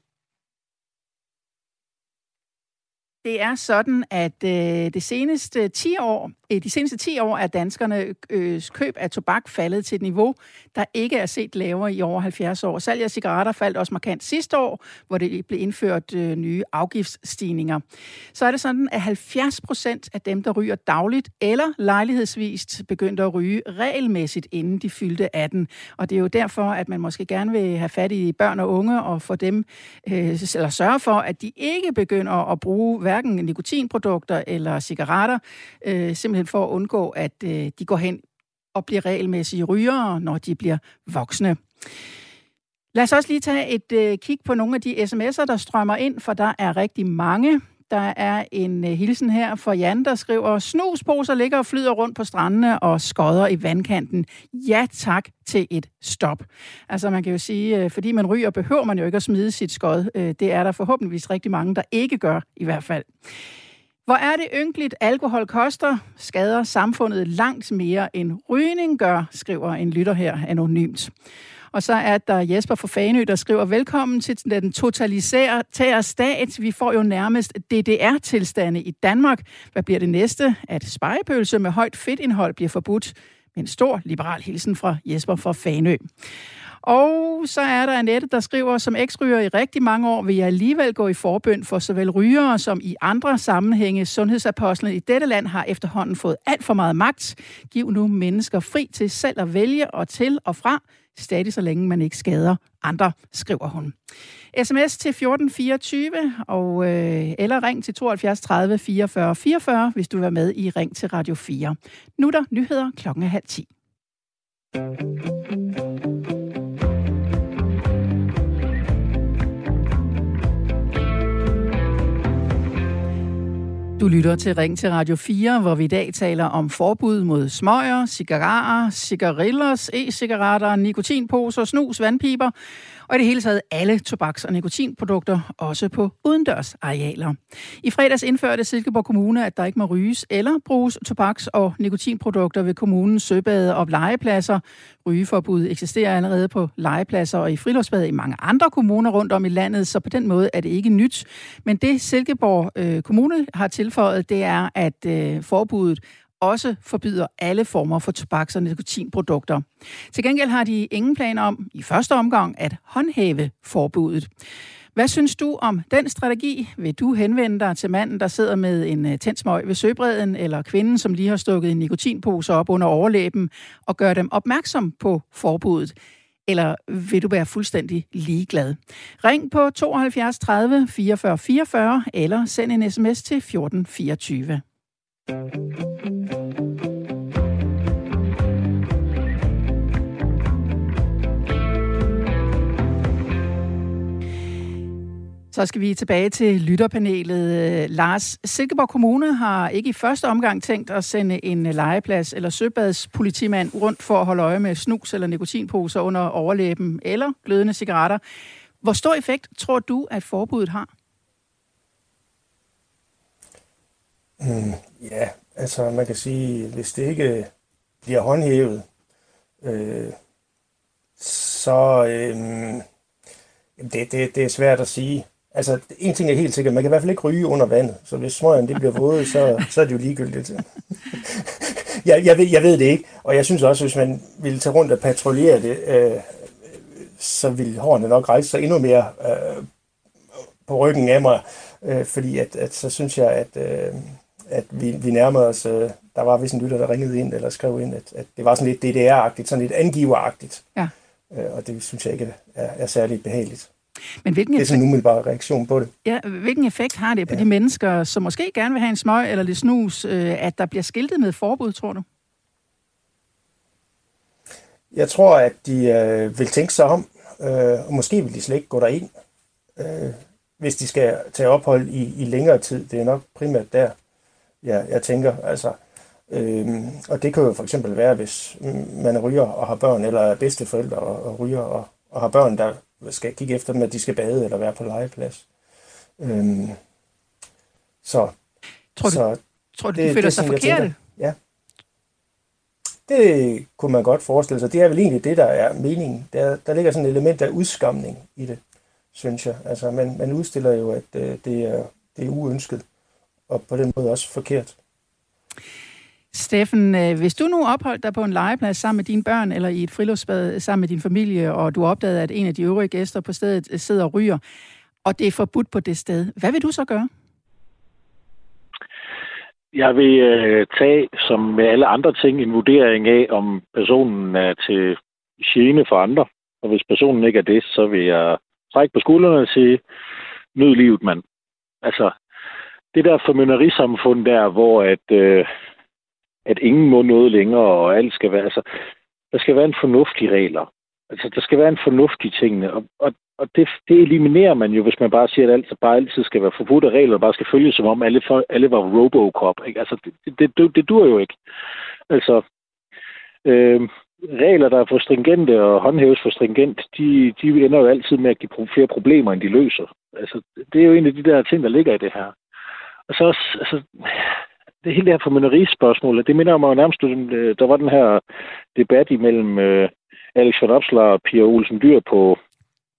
Det er sådan, at de seneste 10 år er danskernes køb af tobak faldet til et niveau, der ikke er set lavere i over 70 år. Salg af cigaretter faldt også markant sidste år, hvor det blev indført nye afgiftsstigninger. Så er det sådan, at 70% af dem, der ryger dagligt eller lejlighedsvist, begyndte at ryge regelmæssigt, inden de fyldte 18. Og det er jo derfor, at man måske gerne vil have fat i børn og unge og få dem, eller sørge for, at de ikke begynder at bruge hverken nikotinprodukter eller cigaretter, simpelthen for at undgå, at de går hen og bliver regelmæssige rygere, når de bliver voksne. Lad os også lige tage et kig på nogle af de sms'er, der strømmer ind, for der er rigtig mange. Der er en hilsen her fra Jan, der skriver, snusposer ligger og flyder rundt på strandene og skodder i vandkanten. Ja tak til et stop. Altså man kan jo sige, fordi man ryger, behøver man jo ikke at smide sit skod. Det er der forhåbentligvis rigtig mange, der ikke gør i hvert fald. Hvor er det ynkeligt, alkohol koster, skader samfundet langt mere end rygning gør, skriver en lytter her anonymt. Og så er der Jesper fra Fanø, der skriver, velkommen til den totalitære stat. Vi får jo nærmest DDR-tilstande i Danmark. Hvad bliver det næste? At spegepølse med højt fedtindhold bliver forbudt? Med en stor liberal hilsen fra Jesper fra Fanø. Og så er der Annette, der skriver, som eksryger i rigtig mange år, vil jeg alligevel gå i forbøn for såvel rygere som i andre sammenhænge. Sundhedsapostlene i dette land har efterhånden fået alt for meget magt. Giv nu mennesker fri til selv at vælge og til og fra, stadig så længe man ikke skader andre, skriver hun. SMS til 1424 eller ring til 72 30 44 44, hvis du vil være med i Ring til Radio 4. Nu er der nyheder 9:30. Du lytter til Ring til Radio 4, hvor vi i dag taler om forbud mod smøger, cigarer, cigarillos, e-cigaretter, nikotinposer, snus, vandpiber og i det hele taget alle tobaks- og nikotinprodukter, også på udendørsarealer. I fredags indførte Silkeborg Kommune, at der ikke må ryges eller bruges tobaks- og nikotinprodukter ved kommunens søbade og legepladser. Rygeforbud eksisterer allerede på legepladser og i friluftsbad i mange andre kommuner rundt om i landet, så på den måde er det ikke nyt. Men det Silkeborg Kommune har tilføjet, det er, at forbuddet også forbyder alle former for tobaks- og nikotinprodukter. Til gengæld har de ingen planer om i første omgang at håndhæve forbuddet. Hvad synes du om den strategi? Vil du henvende dig til manden, der sidder med en tændsmøg ved søbredden, eller kvinden, som lige har stukket en nikotinpose op under overlæben, og gøre dem opmærksom på forbuddet? Eller vil du være fuldstændig ligeglad? Ring på 72 30 44 44, eller send en sms til 1424. Så skal vi tilbage til lytterpanelet. Lars, Silkeborg Kommune har ikke i første omgang tænkt at sende en legeplads eller søbadspolitimand rundt for at holde øje med snus eller nikotinposer under overlæben eller glødende cigaretter. Hvor stor effekt tror du, at forbuddet har? Ja, altså man kan sige, hvis det ikke bliver håndhævet, så det er svært at sige. Altså, en ting er helt sikkert, man kan i hvert fald ikke ryge under vandet, så hvis smøgerne det bliver våde, så er det jo ligegyldigt. Jeg ved det ikke, og jeg synes også, hvis man ville tage rundt og patruljere det, så ville hårene nok rejse sig endnu mere på ryggen af mig, fordi at så synes jeg, at vi nærmer os, der var vist en lytter, der ringede ind eller skrev ind, at det var sådan lidt DDR-agtigt, sådan lidt angiveragtigt. Ja. Og det synes jeg ikke er særligt behageligt. Men det er sådan en umiddelbar reaktion på det. Ja, hvilken effekt har det på de mennesker, som måske gerne vil have en smøg eller lidt snus, at der bliver skiltet med forbud, tror du? Jeg tror, at de vil tænke sig om, og måske vil de slet ikke gå derind, hvis de skal tage ophold i længere tid. Det er nok primært der, jeg tænker. Altså, og det kan jo for eksempel være, hvis man er ryger og har børn, eller er bedsteforældre og ryger og har børn, der skal kigge efter dem, at de skal bade eller være på legeplads. Tror du, de føler sig forkerte? Ja. Det kunne man godt forestille sig. Det er vel egentlig det, der er meningen. Der ligger sådan et element af udskamning i det, synes jeg. Altså, man udstiller jo, at det er uønsket, og på den måde også forkert. Steffen, hvis du nu opholdt dig på en legeplads sammen med dine børn, eller i et friluftsbad sammen med din familie, og du opdagede, at en af de øvrige gæster på stedet sidder og ryger, og det er forbudt på det sted, hvad vil du så gøre? Jeg vil tage, som med alle andre ting, en vurdering af, om personen er til gene for andre. Og hvis personen ikke er det, så vil jeg trække på skuldrene og sige, nyd livet, mand. Altså, det der formynderisamfund der, hvor at ingen må noget længere, og alt skal være, altså, der skal være en fornuftig regler. Altså, der skal være en fornuftig tingene, og det eliminerer man jo, hvis man bare siger, at alt bare altid skal være forbudt af regler, og bare skal følge, som om alle var Robocop, ikke? Altså, det dur jo ikke. Altså, regler, der er for stringente og håndhæves for stringent, de ender jo altid med at give flere problemer, end de løser. Altså, det er jo en af de der ting, der ligger i det her. Og så også, altså, det hele det her formynderispørgsmål, det minder mig jo nærmest, der var den her debat imellem Alex van Opslar og Pia Olsen Dyhr på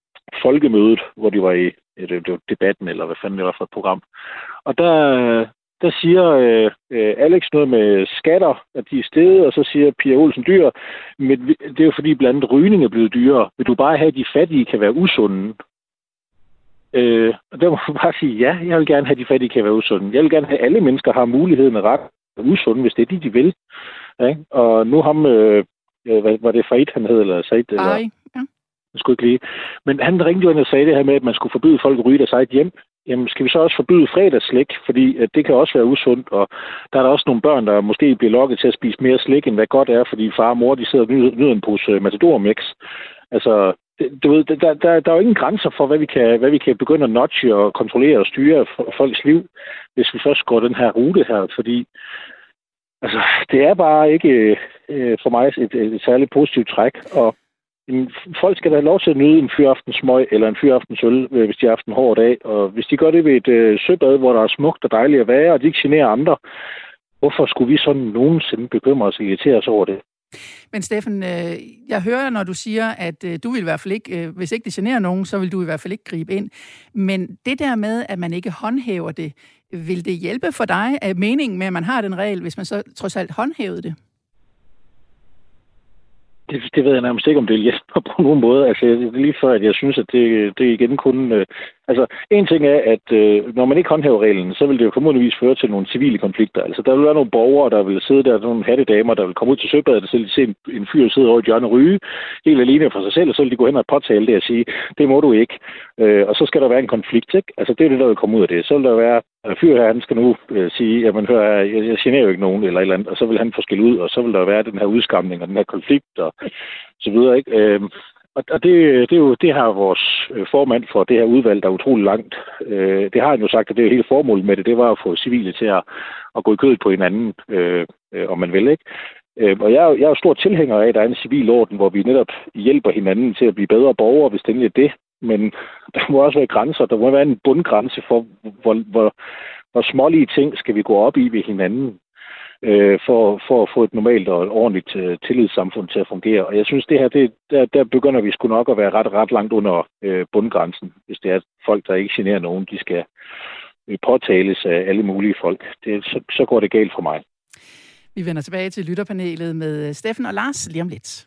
Folkemødet, hvor de var i debatten, eller hvad fanden det var for et program. Og der siger Alex noget med skatter, at de er steget, og så siger Pia Olsen Dyhr, men det er jo fordi blandt andet rygning er blevet dyrere. Vil du bare have, at de fattige kan være usunde? Og der må man bare sige, ja, jeg vil gerne have, at de fattige kan være usunde. Jeg vil gerne have, at alle mennesker har muligheden at ret usunde, hvis det er de vil. Ja? Og nu ham, var det Farid, han hed, eller Said? Eller? Ja. Jeg skulle ikke lige. Men han ringte jo ind og sagde det her med, at man skulle forbyde folk at ryge deres eget hjem. Jamen, skal vi så også forbyde fredagsslik? Fordi det kan også være usundt, og der er der også nogle børn, der måske bliver lokket til at spise mere slik, end hvad godt er, fordi far og mor, de sidder og nyder en pose Matador-mix. Altså, du ved, der er jo ingen grænser for, hvad vi kan begynde at notche og kontrollere og styre folks liv, hvis vi først går den her rute her, fordi altså, det er bare ikke for mig et særligt positivt træk, og folk skal da have lov til at nyde en fyraftensmøg eller en fyraftensøl, hvis de har haft en hård dag. Og hvis de gør det ved et søbad, hvor der er smukt og dejligt at være, og de ikke generer andre, hvorfor skulle vi sådan nogensinde bekymre os og irritere os over det? Men Steffen, jeg hører, når du siger, at du vil i hvert fald ikke, hvis ikke det generer nogen, så vil du i hvert fald ikke gribe ind. Men det der med, at man ikke håndhæver det, vil det hjælpe for dig? Er meningen med, at man har den regel, hvis man så trods alt håndhævede det? Det ved jeg nærmest ikke, om det hjælper på nogen måde. Altså, det er lige før, at jeg synes, at det igen kun... altså, en ting er, at når man ikke håndhæver reglen, så vil det jo formodentligvis føre til nogle civile konflikter. Altså, der vil være nogle borgere, der vil sidde der, nogle hattedamer, der vil komme ud til søbadet, og så vil de se en fyr sidde over et hjørne og ryge, helt alene for sig selv, og så vil de gå hen og påtale det og sige, det må du ikke. Og så skal der være en konflikt, ikke? Altså, det er det, der vil komme ud af det. Så vil der være fyr her, han skal nu sige, jamen hør her, jeg generer jo ikke nogen, eller et eller andet, og så vil han få skæld ud, og så vil der være den her udskamning og den her konflikt, og så videre, ikke? Og det har vores formand for det her udvalg, der er utrolig langt. Det har han jo sagt, at det er hele formålet med det, det var at få civile til at gå i kødet på hinanden, om man vil, ikke? Og jeg er jo stor tilhænger af, at der er en civil orden, hvor vi netop hjælper hinanden til at blive bedre borgere, hvis det endelig er det. Men der må også være grænser. Der må være en bundgrænse for, hvor smålige ting skal vi gå op i ved hinanden, for at få et normalt og ordentligt tillidssamfund til at fungere. Og jeg synes, det her, der begynder vi sgu nok at være ret langt under bundgrænsen, hvis det er folk, der ikke generer nogen, de skal påtales af alle mulige folk. Så går det galt for mig. Vi vender tilbage til lytterpanelet med Steffen og Lars lige om lidt.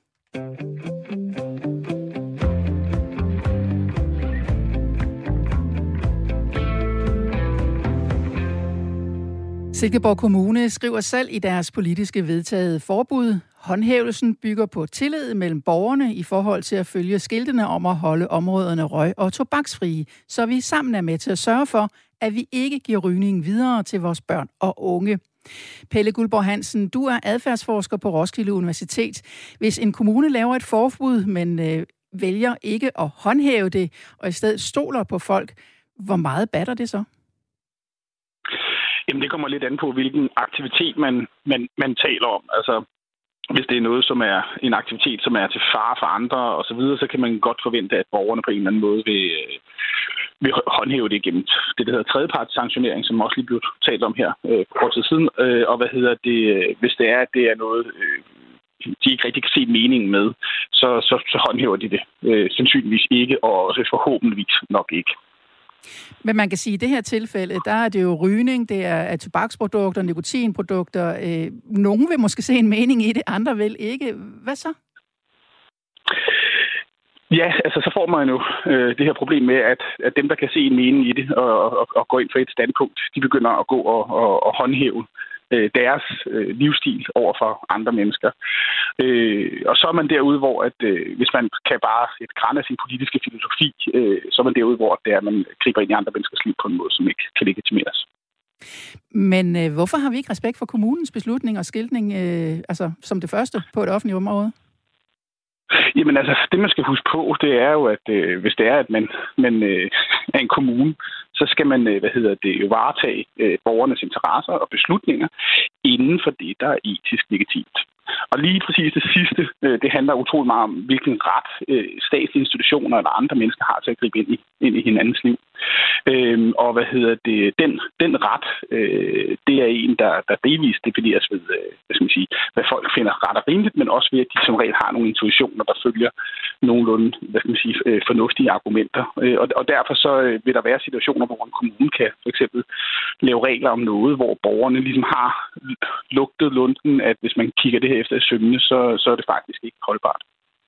Silkeborg Kommune skriver selv i deres politiske vedtagede forbud, håndhævelsen bygger på tillid mellem borgerne i forhold til at følge skiltene om at holde områderne røg- og tobaksfrie, så vi sammen er med til at sørge for, at vi ikke giver rygningen videre til vores børn og unge. Pelle Guldborg Hansen, du er adfærdsforsker på Roskilde Universitet. Hvis en kommune laver et forbud, men vælger ikke at håndhæve det, og i stedet stoler på folk, hvor meget batter det så? Jamen, det kommer lidt an på, hvilken aktivitet man taler om. Altså, hvis det er noget, som er en aktivitet, som er til fare for andre osv., så kan man godt forvente, at borgerne på en eller anden måde vil håndhæve det igennem det, der hedder tredjepartssanktionering, som også lige blev talt om her for kort tid siden. Og hvis det er, at det er noget, de ikke rigtig kan se meningen med, så håndhæver de det sandsynligvis ikke, og forhåbentligvis nok ikke. Men man kan sige, at i det her tilfælde, der er det jo rygning, det er tobaksprodukter, nikotinprodukter. Nogle vil måske se en mening i det, andre vil ikke. Hvad så? Ja, altså så får man jo det her problem med, at dem, der kan se en mening i det og gå ind for et standpunkt, de begynder at gå og håndhæve deres livsstil over for andre mennesker. Og så er man derude, hvor at hvis man kan bare et græn af sin politiske filosofi, så er man derude, hvor det er, at man griber ind i andre menneskers liv på en måde, som ikke kan legitimeres. Men hvorfor har vi ikke respekt for kommunens beslutning og skiltning som det første på et offentligt område? Jamen altså, det man skal huske på, det er jo, at hvis det er, at man er en kommune, så skal man, jo varetage borgernes interesser og beslutninger inden for det, der er etisk legitimt. Og lige præcis det sidste, det handler utroligt meget om, hvilken ret statslige institutioner eller andre mennesker har til at gribe ind i hinandens liv. Og den ret, det er en, der delvis defineres ved, hvad folk finder ret og rimeligt, men også ved, at de som regel har nogle intuitioner, der følger nogenlunde, fornuftige argumenter. Og derfor så vil der være situationer, hvor en kommune kan for eksempel lave regler om noget, hvor borgerne ligesom har lugtet lunden, at hvis man kigger det her efter i sømmene, så er det faktisk ikke holdbart.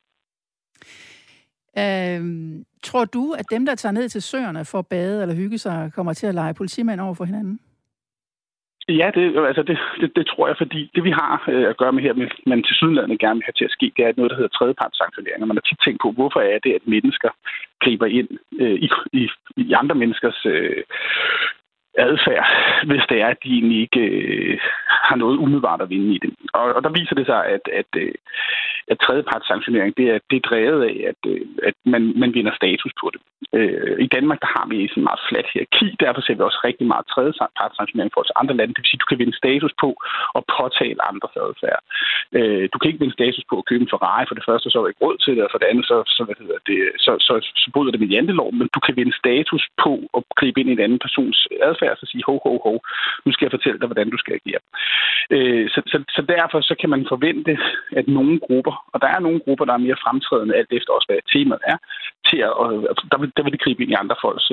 Tror du, at dem, der tager ned til søerne for at bade eller hygge sig, kommer til at lege politimænd over for hinanden? Ja, det tror jeg, fordi det vi har at gøre med her, man tilsyneladende gerne vil have til at ske, det er noget, der hedder tredjepartssanktionering. Man har tit tænkt på, hvorfor er det, at mennesker griber ind i andre menneskers adfærd, hvis det er, at de egentlig ikke har noget umiddelbart at vinde i det. Og der viser det sig, at tredjepartssanktionering, det er drevet af, at man vinder status på det. I Danmark, der har vi sådan meget fladt hierarki, derfor ser vi også rigtig meget tredjepartssanktionering i forhold til andre lande. Det vil sige, at du kan vinde status på at påtale andres adfærd. Du kan ikke vinde status på at købe en Ferrari, for det første, så er der ikke råd til det, og for det andet, så bryder det med jantelov, men du kan vinde status på at gribe ind i en anden persons adfærd, og så sige, ho, nu skal jeg fortælle dig, hvordan du skal agere. Så derfor så kan man forvente, at nogle grupper, og der er nogle grupper, der er mere fremtrædende, alt efter også, hvad temaet er, der vil det gribe ind i andre folks,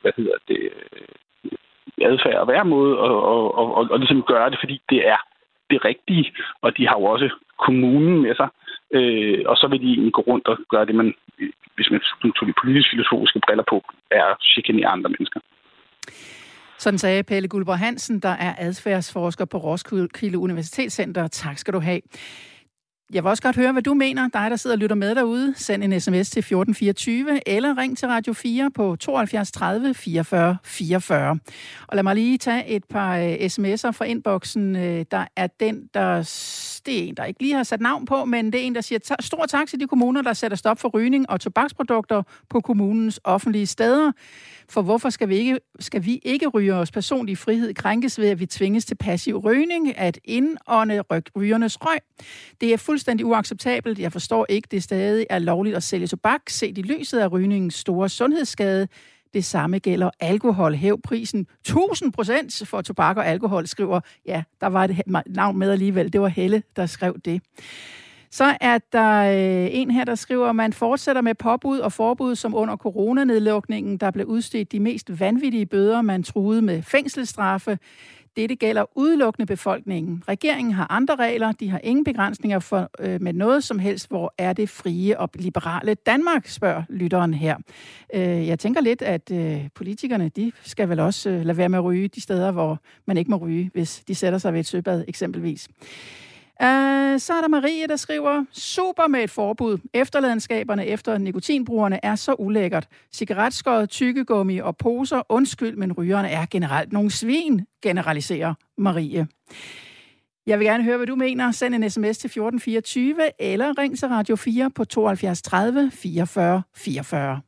adfærd og væremåde, og ligesom gøre det, fordi det er det rigtige, og de har jo også kommunen med sig, og så vil de egentlig gå rundt og gøre det, man, hvis man tog de politisk-filosofiske briller på, er at chikanere andre mennesker. Sådan sagde Pelle Guldborg Hansen, der er adfærdsforsker på Roskilde Universitetscenter. Tak skal du have. Jeg vil også godt høre, hvad du mener, dig der sidder og lytter med derude. Send en sms til 1424, eller ring til Radio 4 på 72 30 44 44. Og lad mig lige tage et par sms'er fra inboxen. Der er det er en, der ikke lige har sat navn på, men det er en, der siger, stor tak til de kommuner, der sætter stop for rygning og tobaksprodukter på kommunens offentlige steder. For hvorfor skal vi ikke ryge os personlig frihed krænkes ved, at vi tvinges til passiv rygning, at indånde rygernes røg? Det er fuldstændig uacceptabelt. Jeg forstår ikke, det stadig er lovligt at sælge tobak, set i lyset af rygningens store sundhedsskade. Det samme gælder alkohol. Hæv prisen 1000% for tobak og alkohol, skriver, ja, der var et navn med alligevel. Det var Helle, der skrev det. Så er der en her, der skriver, at man fortsætter med påbud og forbud, som under coronanedlukningen, der blev udstedt de mest vanvittige bøder, man truede med fængselsstraffe. Dette gælder udelukkende befolkningen. Regeringen har andre regler, de har ingen begrænsninger med noget som helst. Hvor er det frie og liberale Danmark, spørger lytteren her. Jeg tænker lidt, at politikerne, de skal vel også lade være med at ryge de steder, hvor man ikke må ryge, hvis de sætter sig ved et søbad eksempelvis. Så er der Marie, der skriver, super med et forbud. Efterladenskaberne efter nikotinbrugerne er så ulækkert. Cigaretskåret, tyggegummi og poser. Undskyld, men rygerne er generelt nogle svin, generaliserer Marie. Jeg vil gerne høre, hvad du mener. Send en sms til 1424 eller ring til Radio 4 på 72 30 44 44.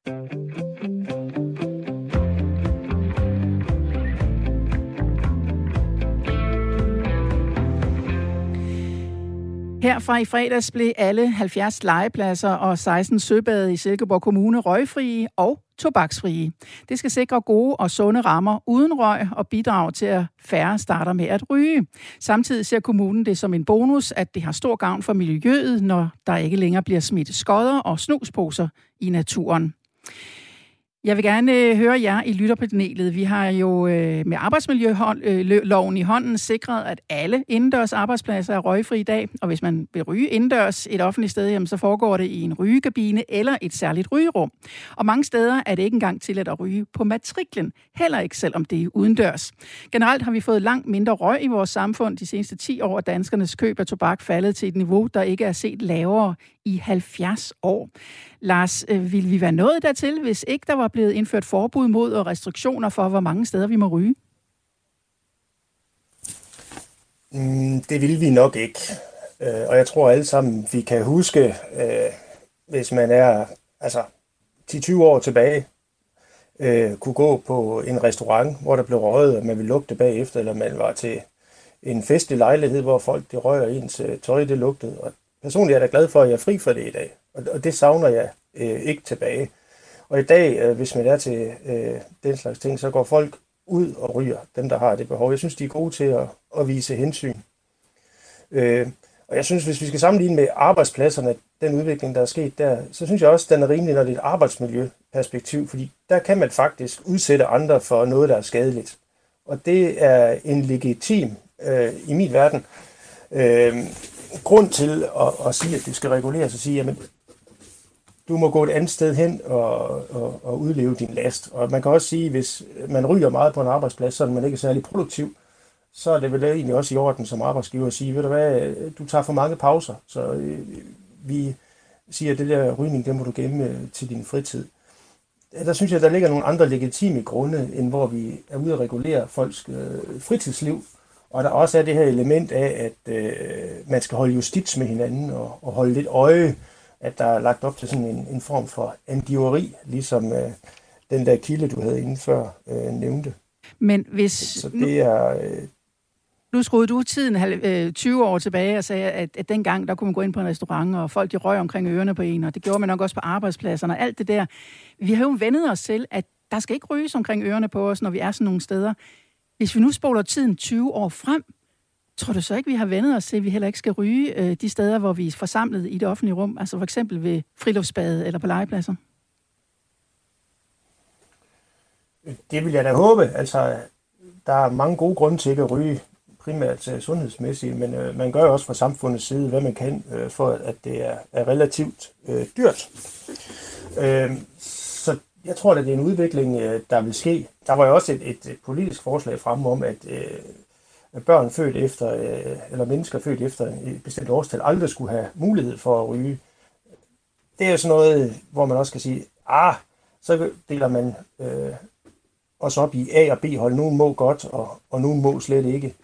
Herfra i fredags blev alle 70 legepladser og 16 søbade i Silkeborg Kommune røgfrie og tobaksfrie. Det skal sikre gode og sunde rammer uden røg og bidrage til, at færre starter med at ryge. Samtidig ser kommunen det som en bonus, at det har stor gavn for miljøet, når der ikke længere bliver smidt skodder og snusposer i naturen. Jeg vil gerne høre jer i lytterpanelet. Vi har jo med arbejdsmiljøloven i hånden sikret, at alle indendørs arbejdspladser er røgfri i dag. Og hvis man vil ryge indendørs et offentligt sted, jamen, så foregår det i en rygekabine eller et særligt rygerum. Og mange steder er det ikke engang tilladt at ryge på matriklen. Heller ikke, selvom det er udendørs. Generelt har vi fået langt mindre røg i vores samfund. De seneste 10 år er danskernes køb af tobak faldet til et niveau, der ikke er set lavere i 70 år. Lars, vil vi være nået dertil, hvis ikke der var blevet indført forbud mod og restriktioner for, hvor mange steder vi må ryge? Det vil vi nok ikke. Og jeg tror alle sammen, vi kan huske, hvis man er 10-20 år tilbage, kunne gå på en restaurant, hvor der blev røget, og man ville lugte bagefter, eller man var til en festlig lejlighed, hvor folk de røg, og ens tøj det lugtede. Og personligt er jeg da glad for, at jeg er fri for det i dag. Og det savner jeg ikke tilbage. Og i dag, hvis man er til den slags ting, så går folk ud og ryger, dem der har det behov. Jeg synes, de er gode til at vise hensyn. Og jeg synes, hvis vi skal sammenligne med arbejdspladserne, den udvikling, der er sket der, så synes jeg også, den er rimelig, når det er et arbejdsmiljøperspektiv, fordi der kan man faktisk udsætte andre for noget, der er skadeligt. Og det er en legitim, i min verden, grund til at sige, at det skal reguleres og sige, jamen, du må gå et andet sted hen og udleve din last. Og man kan også sige, hvis man ryger meget på en arbejdsplads, så man ikke er særlig produktiv, så er det vel egentlig også i orden som arbejdsgiver at sige, ved du hvad, du tager for mange pauser, så vi siger, at det der rygning, det må du gemme til din fritid. Der synes jeg, der ligger nogle andre legitime grunde, end hvor vi er ude at regulere folks fritidsliv. Og der også er det her element af, at man skal holde justits med hinanden og holde lidt øje, at der er lagt op til sådan en form for angiveri, ligesom den der kilde, du havde inden før nævnte. Men hvis... Så det er... Nu skruede du tiden 20 år tilbage og sagde, at dengang, der kunne man gå ind på en restaurant, og folk de røg omkring ørerne på en, og det gjorde man nok også på arbejdspladserne og alt det der. Vi har jo vendet os til, at der skal ikke ryges omkring ørerne på os, når vi er sådan nogle steder. Hvis vi nu spoler tiden 20 år frem, tror du så ikke, vi har vendet os til, at vi heller ikke skal ryge de steder, hvor vi er forsamlet i det offentlige rum, altså for eksempel ved friluftsbade eller på legepladser? Det vil jeg da håbe. Altså, der er mange gode grunde til ikke at ryge, primært sundhedsmæssigt, men man gør jo også fra samfundets side, hvad man kan, for at det er relativt dyrt. Så jeg tror, at det er en udvikling, der vil ske. Der var jo også et politisk forslag fremme om, at børn født efter, eller mennesker født efter et bestemt årstal, aldrig skulle have mulighed for at ryge. Det er jo sådan noget, hvor man også kan sige, så deler man også op i A- og B-hold. Nogen må godt, og nogen må slet ikke.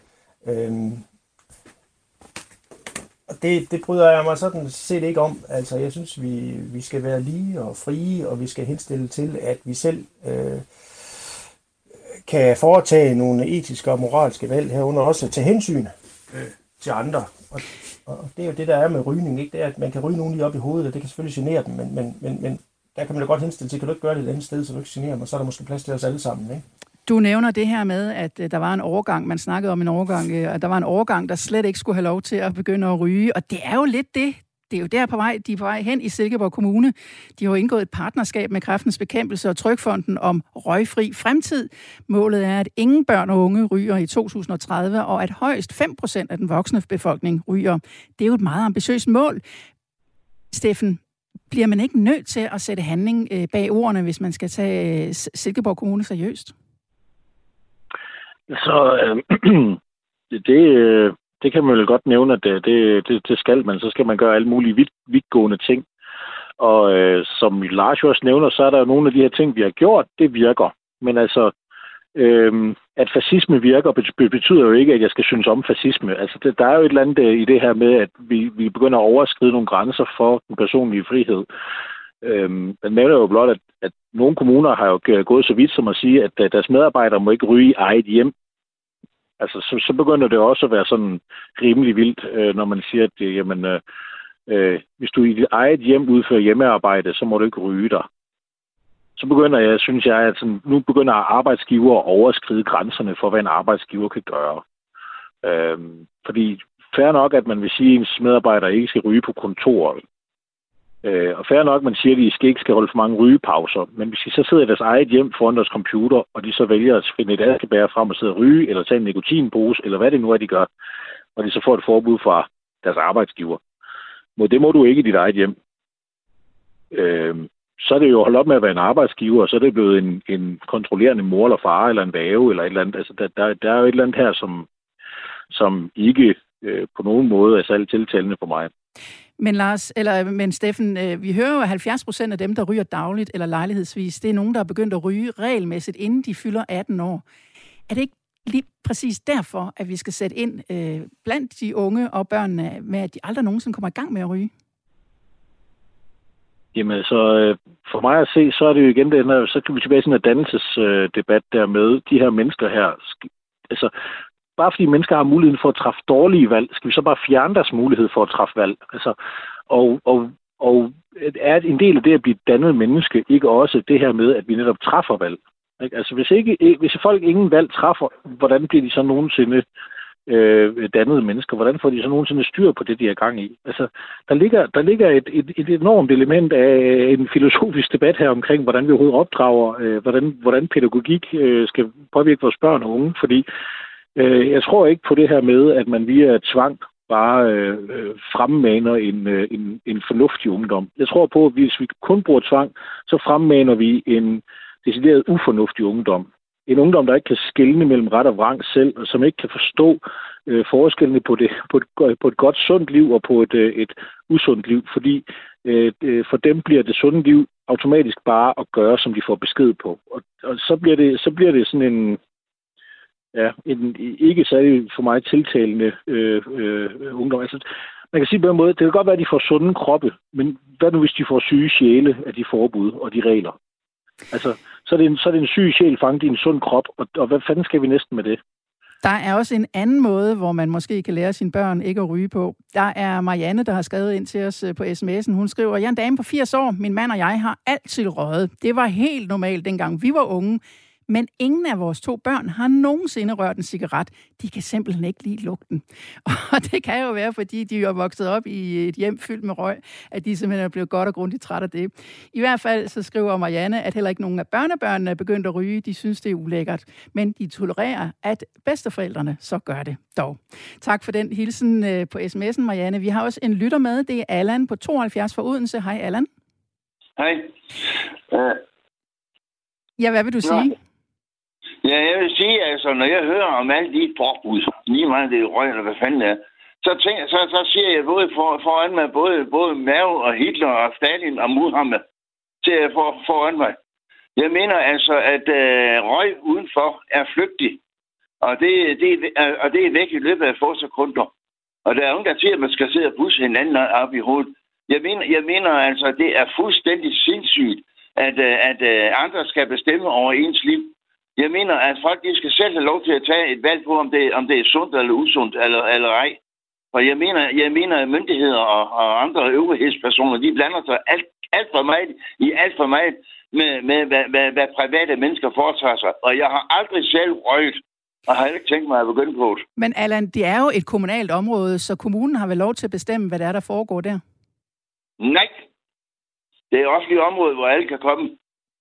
Og det bryder jeg mig sådan set ikke om. Altså, jeg synes, vi skal være lige og frie, og vi skal henstille til, at vi selv kan foretage nogle etiske og moralske valg herunder også til hensyn til andre. Og det er jo det, der er med rygning, ikke? Det er, at man kan ryge nogen lige op i hovedet, og det kan selvfølgelig genere dem, men der kan man da godt henstille til, kan du ikke gøre det et andet sted, så du ikke generer dem, og så er der måske plads til os alle sammen, ikke? Du nævner det her med, at der var en overgang, man snakkede om en overgang, at der var en overgang, der slet ikke skulle have lov til at begynde at ryge, og det er jo lidt det. Det er jo der de er på vej hen i Silkeborg Kommune. De har jo indgået et partnerskab med Kræftens Bekæmpelse og Trygfonden om røgfri fremtid. Målet er, at ingen børn og unge ryger i 2030, og at højst 5% af den voksne befolkning ryger. Det er jo et meget ambitiøst mål. Steffen, bliver man ikke nødt til at sætte handling bag ordene, hvis man skal tage Silkeborg Kommune seriøst? Så det kan man vel godt nævne, at det skal man. Så skal man gøre alle mulige vidtgående ting. Og som Lars også nævner, så er der jo nogle af de her ting, vi har gjort, det virker. Men altså, at fascisme virker, betyder jo ikke, at jeg skal synes om fascisme. Altså, der er jo et eller andet i det her med, at vi begynder at overskride nogle grænser for den personlige frihed. Man nævner jo blot, at nogle kommuner har jo gået så vidt som at sige, at deres medarbejdere må ikke ryge i eget hjem. Altså, så begynder det også at være sådan rimelig vildt, når man siger, at jamen, hvis du i dit eget hjem udfører hjemmearbejde, så må du ikke ryge dig. Så synes jeg, at sådan, nu begynder arbejdsgiver at overskride grænserne for, hvad en arbejdsgiver kan gøre. Fordi fair nok, at man vil sige, at ens medarbejdere ikke skal ryge på kontoret. Og fair nok, man siger, at de ikke skal holde for mange rygepauser. Men hvis de så sidder i deres eget hjem foran deres computer, og de så vælger at finde et askebær frem og sidde og ryge, eller tage en nikotinpose, eller hvad det nu er, de gør, og de så får et forbud fra deres arbejdsgiver. Det må du ikke i dit eget hjem. Så er det jo holdt op med at være en arbejdsgiver, og så er det blevet en kontrollerende mor eller far, eller en væve, eller et eller andet. Altså, der er jo et eller andet her, som ikke på nogen måde er særlig tiltalende for mig. Men Steffen, vi hører jo, at 70% af dem, der ryger dagligt eller lejlighedsvis, det er nogen, der er begyndt at ryge regelmæssigt, inden de fylder 18 år. Er det ikke lige præcis derfor, at vi skal sætte ind blandt de unge og børnene med, at de aldrig nogensinde kommer i gang med at ryge? Jamen, så for mig at se, så er det jo igen det her, så kan vi tilbage til en dannelsesdebat der med de her mennesker her. Altså, bare fordi mennesker har muligheden for at træffe dårlige valg, skal vi så bare fjerne deres mulighed for at træffe valg. Altså, og Og er en del af det at blive dannet menneske ikke også det her med, at vi netop træffer valg? Ikke? Altså hvis folk ingen valg træffer, hvordan bliver de så nogensinde dannede mennesker? Hvordan får de så nogensinde styr på det, de er gang i? Altså, der ligger et enormt element af en filosofisk debat her omkring, hvordan vi overhovedet opdrager, hvordan pædagogik skal påvirke vores børn og unge, fordi jeg tror ikke på det her med, at man via tvang bare fremmaner en fornuftig ungdom. Jeg tror på, at hvis vi kun bruger tvang, så fremmaner vi en decideret ufornuftig ungdom. En ungdom, der ikke kan skelne mellem ret og vrang selv, og som ikke kan forstå forskellene på et godt, sundt liv og på et usundt liv, fordi for dem bliver det sunde liv automatisk bare at gøre, som de får besked på. Og så bliver det sådan en ikke særlig for mig tiltalende ungdom. Altså, man kan sige på en måde, det kan godt være, at de får sunde kroppe, men hvad nu, hvis de får syge sjæle af de forbud og de regler? Altså, så er det en syg sjæl fanget i en sund krop, og hvad fanden skal vi næsten med det? Der er også en anden måde, hvor man måske kan lære sine børn ikke at ryge på. Der er Marianne, der har skrevet ind til os på sms'en. Hun skriver, jeg er en dame på 80 år. Min mand og jeg har altid røget. Det var helt normalt, dengang vi var unge. Men ingen af vores 2 børn har nogensinde rørt en cigaret. De kan simpelthen ikke lide lugten. Og det kan jo være, fordi de er vokset op i et hjem fyldt med røg, at de simpelthen er blevet godt og grundigt træt af det. I hvert fald så skriver Marianne, at heller ikke nogen af børnebørnene er begyndt at ryge. De synes, det er ulækkert. Men de tolererer, at bedsteforældrene så gør det dog. Tak for den hilsen på sms'en, Marianne. Vi har også en lytter med. Det er Allan på 72 fra Odense. Hej, Allan. Hej. Ja, hvad vil du sige? Ja, jeg vil sige, altså, når jeg hører om alle de forbud, lige meget det er røg, eller hvad fanden det er, så siger jeg både foran mig, både Mao og Hitler og Stalin og Muhammed til foran mig. Jeg mener altså, at røg udenfor er flygtig, og det er væk i løbet af få sekunder. Og der er nogen, der siger, at man skal sidde og busse hinanden op i hovedet. Jeg mener altså, at det er fuldstændig sindssygt, at andre skal bestemme over ens liv. Jeg mener, at folk de skal selv have lov til at tage et valg på, om det er sundt eller usundt eller ej. Og jeg mener, at myndigheder og andre øvrighedspersoner, de blander sig alt for meget med hvad private mennesker foretager sig. Og jeg har aldrig selv røget, og har ikke tænkt mig at begynde på det. Men Allan, det er jo et kommunalt område, så kommunen har vel lov til at bestemme, hvad det er, der foregår der? Nej. Det er et offentligt område, hvor alle kan komme.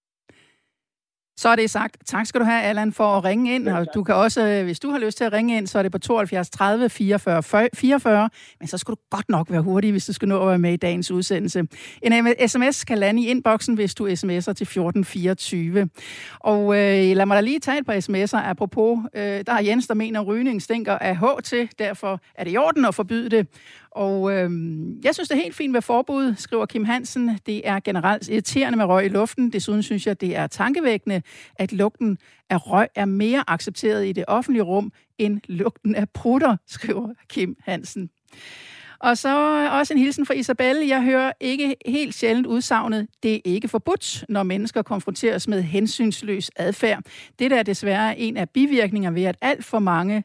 Så er det sagt. Tak skal du have, Allan, for at ringe ind. Og du kan også, hvis du har lyst til at ringe ind, så er det på 72 30 44 44. Men så skal du godt nok være hurtig, hvis du skal nå at være med i dagens udsendelse. En sms kan lande i inboxen, hvis du sms'er til 1424. Og lad mig da lige tage et par sms'er. Apropos, der er Jens, der mener, at rygning stinker af H til. Derfor er det i orden at forbyde det. Og jeg synes, det er helt fint med forbud, skriver Kim Hansen. Det er generelt irriterende med røg i luften. Desuden synes jeg, det er tankevækkende, at lugten af røg er mere accepteret i det offentlige rum, end lugten af prutter, skriver Kim Hansen. Og så også en hilsen fra Isabelle. Jeg hører ikke helt sjældent udsagnet, det er ikke forbudt, når mennesker konfronteres med hensynsløs adfærd. Det der er desværre en af bivirkninger ved alt for mange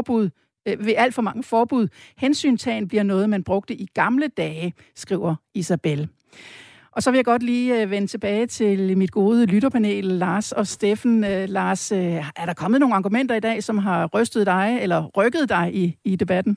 forbud. Hensyntagen bliver noget, man brugte i gamle dage, skriver Isabelle. Og så vil jeg godt lige vende tilbage til mit gode lytterpanel, Lars og Steffen. Lars, er der kommet nogle argumenter i dag, som har rystet dig eller rykket dig i debatten?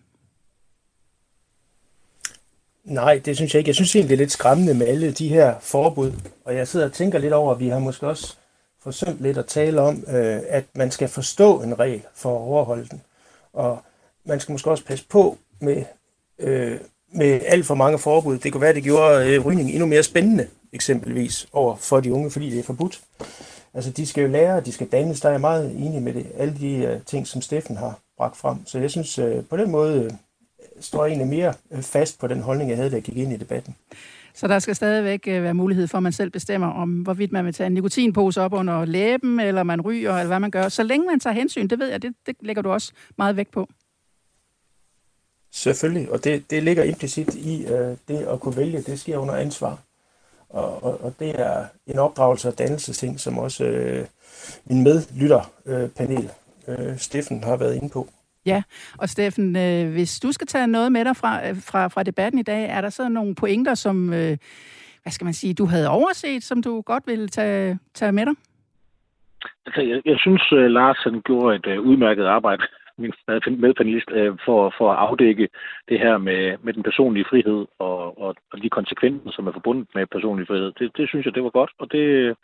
Nej, det synes jeg ikke. Jeg synes egentlig, det er lidt skræmmende med alle de her forbud. Og jeg sidder og tænker lidt over, at vi har måske også forsømt lidt at tale om, at man skal forstå en regel for at overholde den. Og man skal måske også passe på med alt for mange forbud. Det kunne være, at det gjorde rygning endnu mere spændende, eksempelvis, over for de unge, fordi det er forbudt. Altså, de skal jo lære, de skal dannes. Der er jeg meget enig med det. Alle de ting, som Steffen har bragt frem. Så jeg synes, på den måde står jeg egentlig mere fast på den holdning, jeg havde, da jeg gik ind i debatten. Så der skal stadigvæk være mulighed for, at man selv bestemmer, om hvorvidt man vil tage en nikotinpose op under læben, eller man ryger, eller hvad man gør. Så længe man tager hensyn, det ved jeg, det lægger du også meget vægt på. Selvfølgelig, og det ligger implicit i det at kunne vælge, det sker under ansvar. Og det er en opdragelse og dannelsesting, som også min medlytterpanel, Steffen, har været inde på. Ja, og Steffen, hvis du skal tage noget med dig fra debatten i dag, er der så nogle pointer, som, hvad skal man sige, du havde overset, som du godt ville tage med dig? Altså, jeg synes, Lars han gjorde et udmærket arbejde, min medpanelist, for at afdække det her med den personlige frihed og de konsekvenser, som er forbundet med personlig frihed. Det synes jeg, det var godt, og det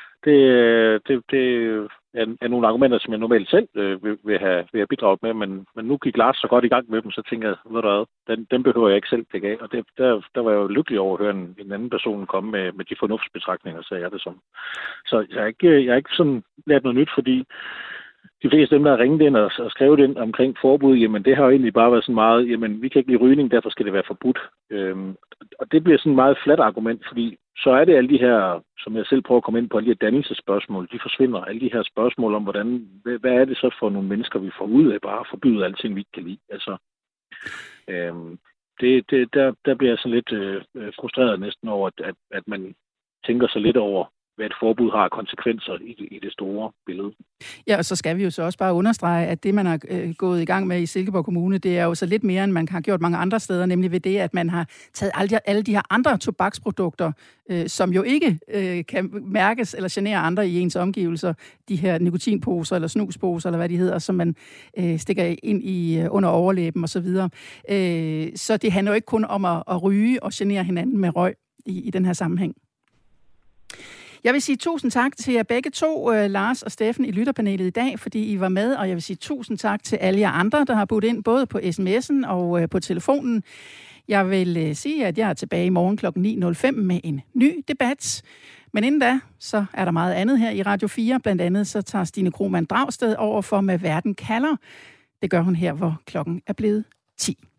er nogle argumenter, som jeg normalt selv vil have bidraget med, men nu gik Lars så godt i gang med dem, så tænker jeg, ved du hvad, den behøver jeg ikke selv dække af. Og der var jeg jo lykkelig over at høre en anden person komme med de fornuftsbetragtninger, så jeg det som. Så jeg har ikke sådan lært noget nyt, fordi de fleste dem, der har ringet ind og skrevet ind omkring forbud, jamen det har jo egentlig bare været sådan meget, jamen vi kan ikke lide rygning, derfor skal det være forbudt. Og det bliver sådan et meget fladt argument, fordi så er det alle de her, som jeg selv prøver at komme ind på, alle de her dannelsesspørgsmål, de forsvinder. Alle de her spørgsmål om, hvad er det så for nogle mennesker, vi får ud af bare at forbyde alting, vi ikke kan lide. Altså, der bliver jeg sådan lidt frustreret næsten over, at man tænker så lidt over, hvad et forbud har konsekvenser i det store billede. Ja, og så skal vi jo så også bare understrege, at det, man har gået i gang med i Silkeborg Kommune, det er jo så lidt mere, end man har gjort mange andre steder, nemlig ved det, at man har taget alle de her andre tobaksprodukter, som jo ikke kan mærkes eller genere andre i ens omgivelser, de her nikotinposer eller snusposer, eller hvad de hedder, som man stikker ind under overlæben og så videre. Så det handler jo ikke kun om at ryge og genere hinanden med røg i den her sammenhæng. Jeg vil sige tusind tak til jer begge to, Lars og Steffen, i lytterpanelet i dag, fordi I var med, og jeg vil sige tusind tak til alle jer andre, der har budt ind, både på sms'en og på telefonen. Jeg vil sige, at jeg er tilbage i morgen kl. 9.05 med en ny debat. Men inden da, så er der meget andet her i Radio 4. Blandt andet så tager Stine Krohmann Dragsted over for Med Verden kalder. Det gør hun her, hvor klokken er blevet 10.